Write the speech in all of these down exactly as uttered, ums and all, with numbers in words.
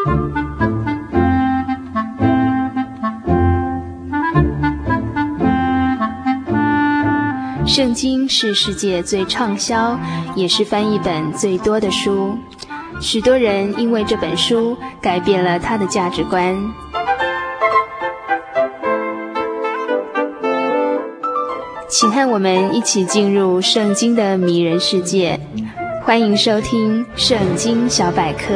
圣经是世界最畅销，也是翻译本最多的书。许多人因为这本书改变了他的价值观。请和我们一起进入圣经的迷人世界，欢迎收听《圣经小百科》。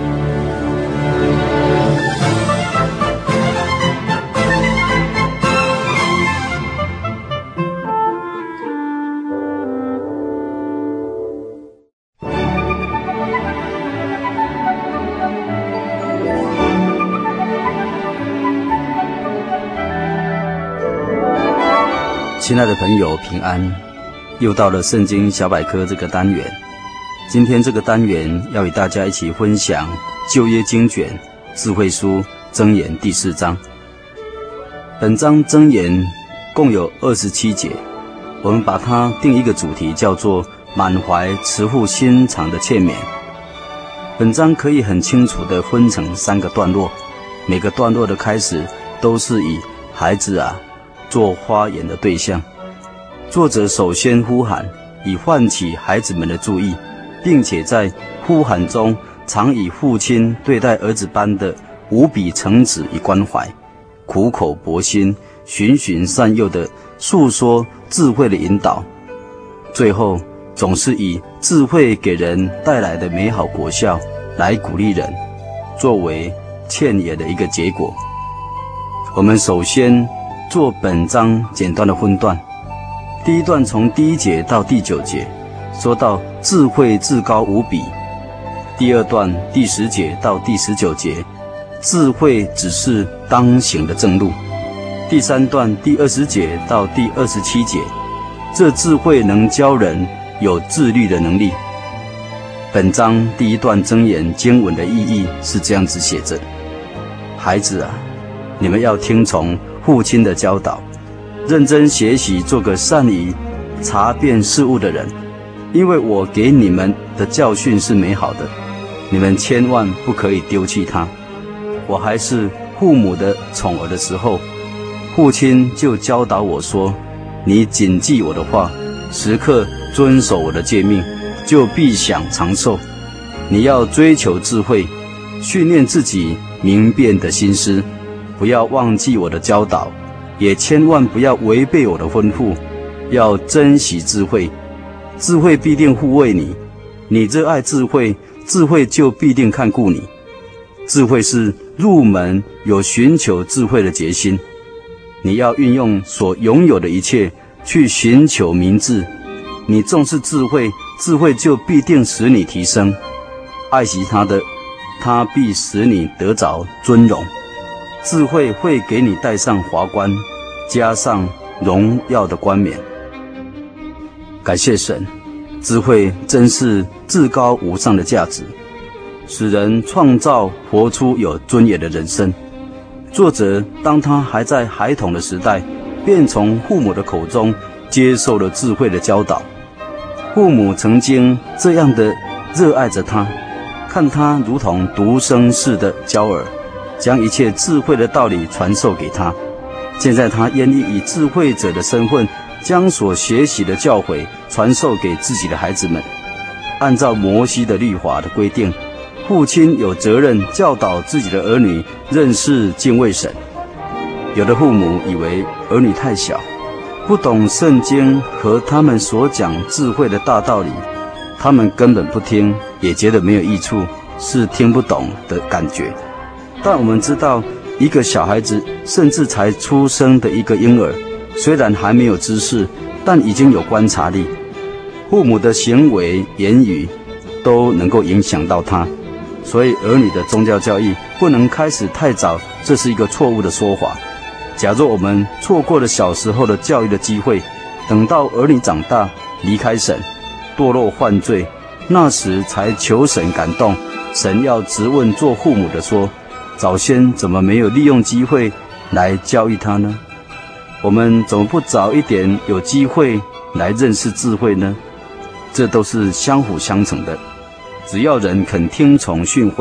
亲爱的朋友，平安！又到了圣经小百科这个单元。今天这个单元要与大家一起分享旧约经卷智慧书箴言第四章。本章箴言共有二十七节，我们把它定一个主题，叫做满怀慈父心肠的劝勉。本章可以很清楚地分成三个段落，每个段落的开始都是以孩子啊做发言的对象。作者首先呼喊，以唤起孩子们的注意，并且在呼喊中常以父亲对待儿子般的无比诚挚与关怀，苦口婆心、循循善诱地诉说智慧的引导，最后总是以智慧给人带来的美好果效来鼓励人，作为劝言的一个结果。我们首先做本章简单的分段。第一段从第一节到第九节说到智慧至高无比，第二段第十节到第十九节智慧只是当行的正路，第三段第二十节到第二十七节这智慧能教人有自律的能力。本章第一段箴言经文的意义是这样子写着：孩子啊，你们要听从父亲的教导，认真学习，做个善于察辨事物的人，因为我给你们的教训是美好的，你们千万不可以丢弃它。我还是父母的宠儿的时候，父亲就教导我说，你谨记我的话，时刻遵守我的诫命，就必享长寿。你要追求智慧，训练自己明辨的心思，不要忘记我的教导，也千万不要违背我的吩咐，要珍惜智慧，智慧必定护卫你。你热爱智慧，智慧就必定看顾你。智慧是入门有寻求智慧的决心，你要运用所拥有的一切去寻求明智。你重视智慧，智慧就必定使你提升。爱惜它的，它必使你得着尊荣。智慧会给你戴上华冠，加上荣耀的冠冕。感谢神，智慧真是至高无上的价值，使人创造活出有尊严的人生。作者当他还在孩童的时代，便从父母的口中接受了智慧的教导。父母曾经这样的热爱着他，看他如同独生似的娇儿，将一切智慧的道理传授给他。现在他愿意以智慧者的身份，将所学习的教诲传授给自己的孩子们。按照摩西的律法的规定，父亲有责任教导自己的儿女认识敬畏神。有的父母以为儿女太小，不懂圣经和他们所讲智慧的大道理，他们根本不听，也觉得没有益处，是听不懂的感觉。但我们知道，一个小孩子，甚至才出生的一个婴儿，虽然还没有知识，但已经有观察力。父母的行为言语都能够影响到他，所以儿女的宗教教育不能开始太早，这是一个错误的说法。假如我们错过了小时候的教育的机会，等到儿女长大离开神，堕落犯罪，那时才求神感动，神要质问做父母的说，早先怎么没有利用机会来教育他呢？我们怎么不早一点有机会来认识智慧呢？这都是相辅相成的。只要人肯听从训诲，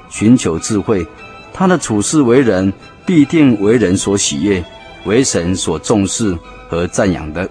寻求智慧，他的处事为人必定为人所喜悦，为神所重视和赞扬的。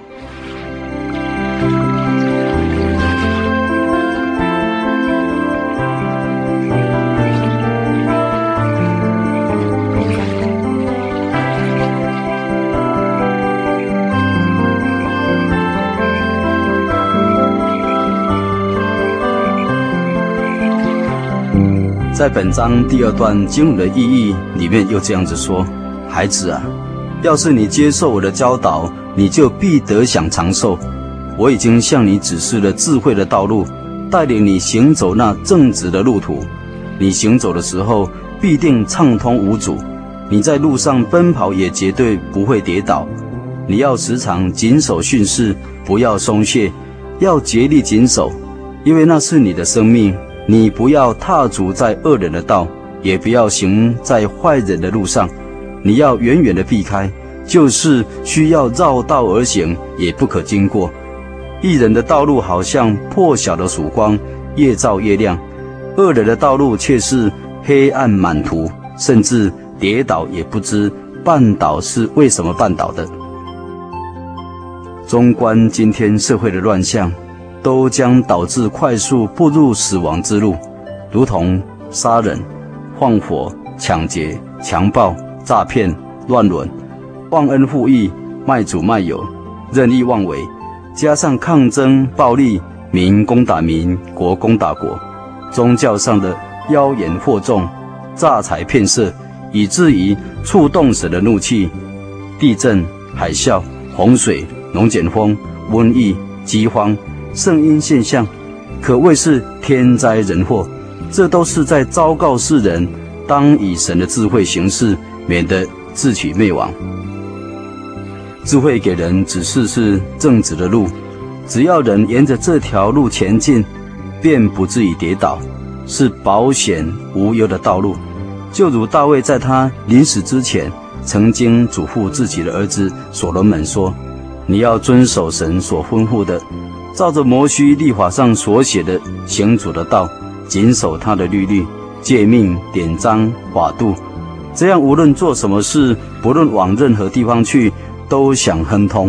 在本章第二段经文的意义里面又这样子说：孩子啊，要是你接受我的教导，你就必得享长寿。我已经向你指示了智慧的道路，带领你行走那正直的路途。你行走的时候必定畅通无阻，你在路上奔跑也绝对不会跌倒。你要时常谨守训示，不要松懈，要竭力谨守，因为那是你的生命。你不要踏足在恶人的道，也不要行在坏人的路上，你要远远的避开，就是需要绕道而行，也不可经过。义人的道路好像破晓的曙光，越照越亮；恶人的道路却是黑暗满途，甚至跌倒也不知绊倒是为什么绊倒的。纵观今天社会的乱象，都将导致快速步入死亡之路，如同杀人、放火、抢劫、强暴、诈骗、乱伦、忘恩负义、卖主卖友、任意妄为，加上抗争、暴力、民攻打民、国攻打国，宗教上的妖言惑众、诈财骗色，以至于触动神的怒气，地震、海啸、洪水、龙卷风、瘟疫、饥荒、圣婴现象，可谓是天灾人祸。这都是在昭告世人，当以神的智慧行事，免得自取灭亡。智慧给人指示是正直的路，只要人沿着这条路前进，便不至于跌倒，是保险无忧的道路。就如大卫在他临死之前，曾经嘱咐自己的儿子所罗门说：你要遵守神所吩咐的，照着摩西律法上所写的行主的道，谨守他的律例、诫命、典章、法度，这样无论做什么事，不论往任何地方去，都想亨通。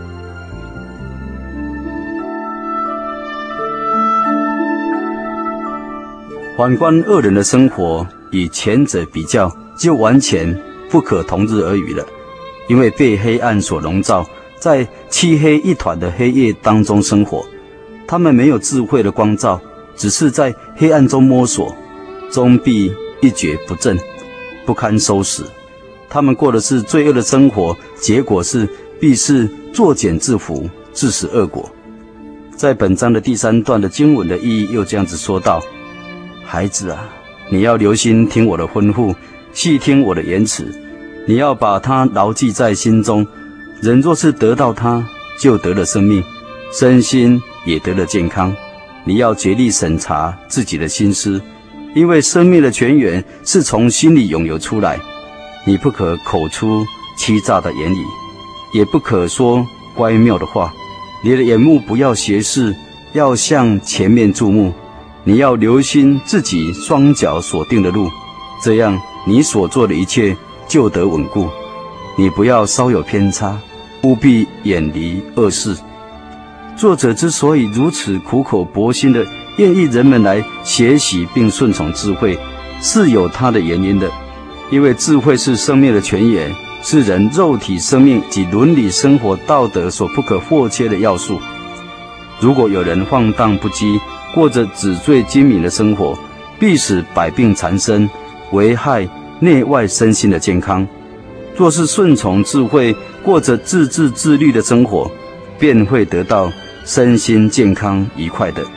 反观恶人的生活，与前者比较，就完全不可同日而语了，因为被黑暗所笼罩，在漆黑一团的黑夜当中生活，他们没有智慧的光照，只是在黑暗中摸索，终必一蹶不振，不堪收拾。他们过的是罪恶的生活，结果是必是作茧自缚，致使恶果。在本章的第三段的经文的意义又这样子说道：孩子啊，你要留心听我的吩咐，细听我的言辞，你要把它牢记在心中。人若是得到它，就得了生命，身心也得了健康。你要竭力审查自己的心思，因为生命的泉源是从心里涌流出来。你不可口出欺诈的言语，也不可说乖谬的话。你的眼目不要斜视，要向前面注目。你要留心自己双脚所定的路，这样你所做的一切就得稳固。你不要稍有偏差，务必远离恶事。作者之所以如此苦口婆心的愿意人们来学习并顺从智慧，是有它的原因的。因为智慧是生命的泉源，是人肉体生命及伦理生活道德所不可或缺的要素。如果有人放荡不羁，过着纸醉金迷的生活，必使百病缠身，危害内外身心的健康。若是顺从智慧，过着自治自律的生活，便会得到身心健康愉快的。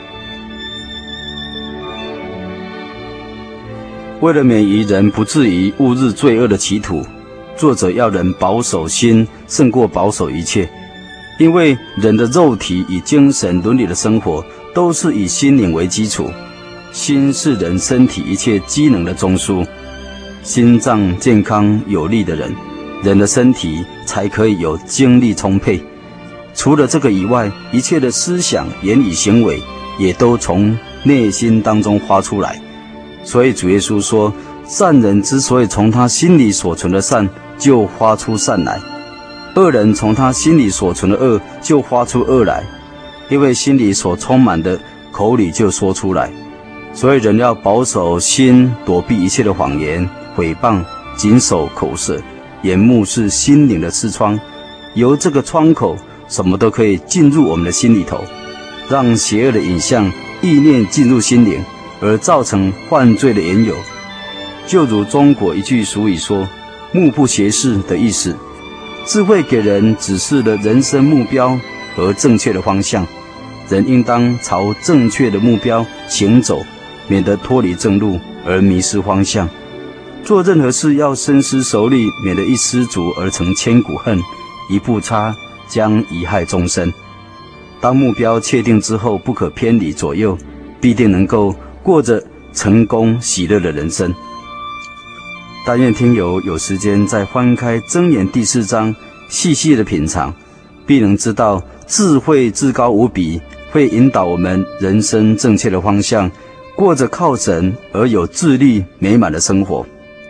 为了免于人不至于误入罪恶的歧途，作者要人保守心胜过保守一切。因为人的肉体与精神伦理的生活都是以心灵为基础，心是人身体一切机能的中枢。心脏健康有力的人，人的身体才可以有精力充沛。除了这个以外，一切的思想、言语、行为也都从内心当中发出来。 所以主耶稣说，善人之所以从他心里所存的善就发出善来，恶人从他心里所存的恶就发出恶来，因为心里所充满的，口里就说出来。所以人要保守心，躲避一切的谎言、毁谤，谨守口舌。眼目是心灵的视窗，由这个窗口，什么都可以进入我们的心里头，让邪恶的影像、意念进入心灵，而造成犯罪的缘由。就如中国一句俗语说，目不斜视的意思。智慧给人指示了人生目标和正确的方向，人应当朝正确的目标行走，免得脱离正路而迷失方向。做任何事要深思熟虑，免得一失足而成千古恨，一步差将贻害终身。当目标确定之后，不可偏离左右，必定能够过着成功喜乐的人生。但愿听友有时间再翻开箴言第四章，细细的品尝，必能知道智慧至高无比，会引导我们人生正确的方向，过着靠神而有自律美满的生活。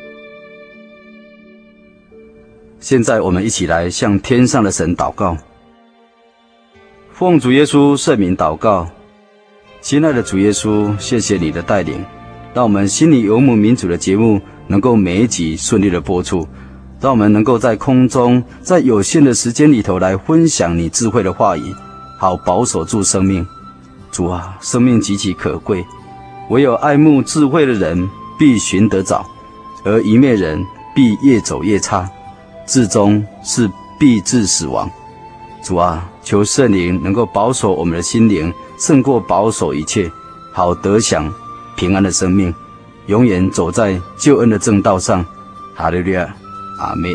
现在我们一起来向天上的神祷告。奉主耶稣圣名祷告。亲爱的主耶稣，谢谢你的带领，让我们心里游牧民主的节目能够每一集顺利的播出，让我们能够在空中，在有限的时间里头来分享你智慧的话语，好保守住生命。主啊，生命极其可贵，唯有爱慕智慧的人必寻得找，而愚昧人必越走越差，至终是必致死亡。主啊，求圣灵能够保守我们的心灵，胜过保守一切，好得享平安的生命，永远走在救恩的正道上。哈利路亚，阿们。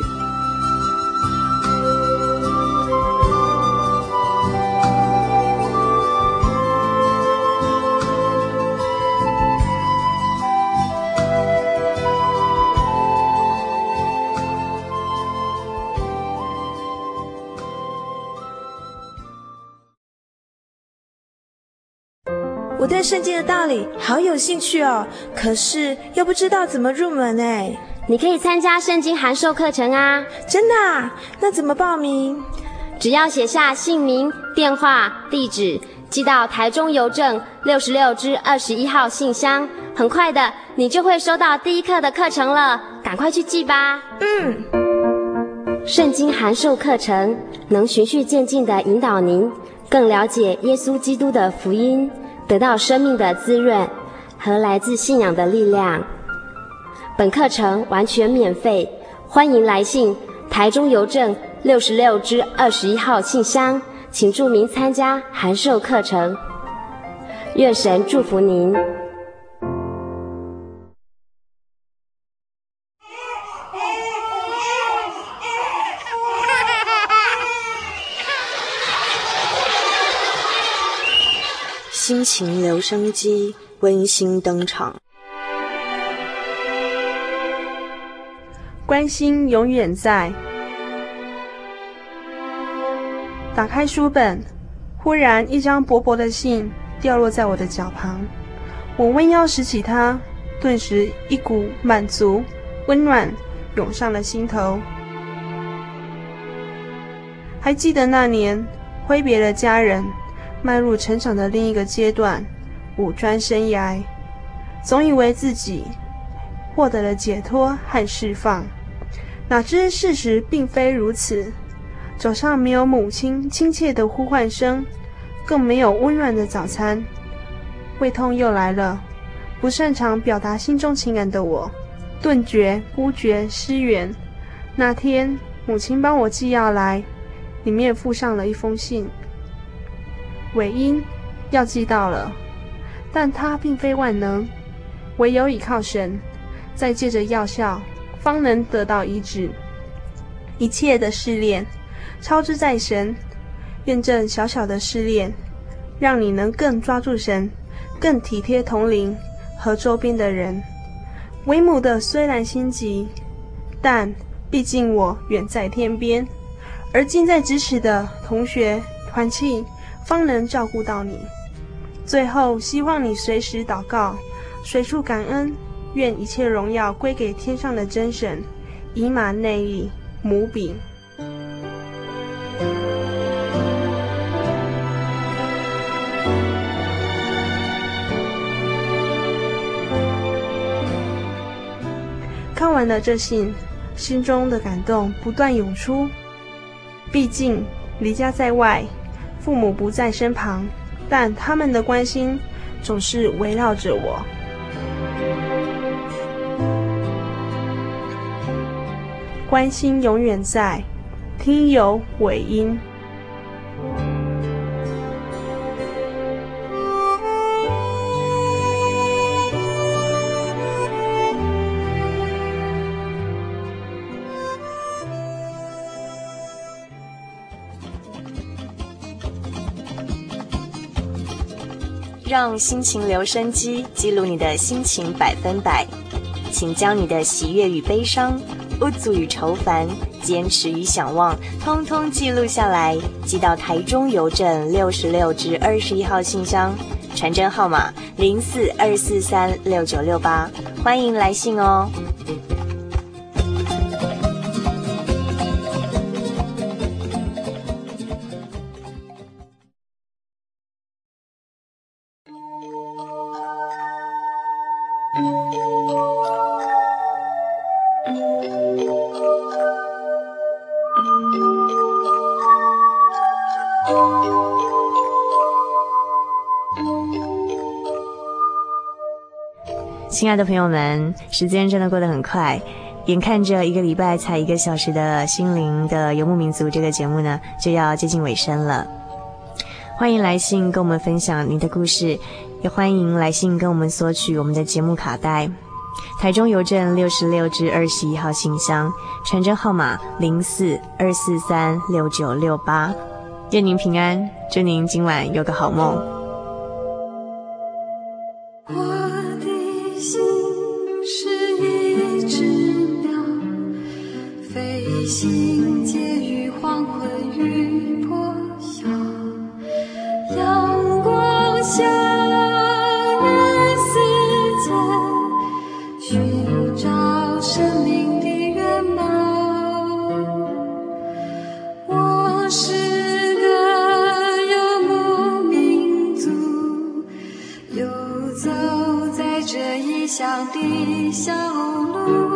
我对圣经的道理好有兴趣哦，可是又不知道怎么入门哎。 你可以参加圣经函授课程啊。 真的啊？那怎么报名？ 只要写下姓名、电话、地址，寄到台中邮政六十六支二十一号信箱，很快的你就会收到第一课的课程了，赶快去寄吧。 嗯。 圣经函授课程能循序渐进地引导您更了解耶稣基督的福音，得到生命的滋润和来自信仰的力量。本课程完全免费，欢迎来信台中邮政六十六支二十一号信箱，请注明参加函授课程。愿神祝福您。 心情留声机温馨登场。 关心永远在。打开书本，忽然一张薄薄的信掉落在我的脚旁，我弯腰拾起它，顿时一股满足、温暖涌上了心头。还记得那年挥别了家人，迈入成长的另一个阶段，五专生涯，总以为自己获得了解脱和释放，哪知事实并非如此。早上没有母亲亲切的呼唤声，更没有温暖的早餐，胃痛又来了。不擅长表达心中情感的我，顿觉孤绝失援。那天母亲帮我寄药来，里面附上了一封信。尾音药寄到了，但它并非万能，唯有倚靠神，再借着药效，方能得到医治。一切的试炼操之在神，愿这小小的试炼让你能更抓住神，更体贴同龄和周边的人。为母的虽然心急，但毕竟我远在天边，而近在咫尺的同学团契方能照顾到你。最后希望你随时祷告，随处感恩， 愿一切荣耀归给天上的真神，以马内利，母饼。看完了这信，心中的感动不断涌出。毕竟离家在外，父母不在身旁，但他们的关心总是围绕着我。关心永远在，听友尾音。 让心情留声机记录你的心情百分百，请将你的喜悦与悲伤、不足与愁烦、坚持与想望，通通记录下来，寄到台中邮政六十六至二十一号信箱，传真号码零四二四三六九六八，欢迎来信哦。亲爱的朋友们，时间真的过得很快，眼看着一个礼拜才一个小时的心灵的游牧民族这个节目呢，就要接近尾声了。欢迎来信跟我们分享你的故事，也欢迎来信跟我们索取我们的节目卡带。台中邮政六十六至二十一号信箱，传真号码零四二四三六九六八。愿您平安，祝您今晚有个好梦。 心结于黄昏与破晓，阳光下人世间，寻找生命的原貌。我是个游牧民族，游走在这异乡的小路。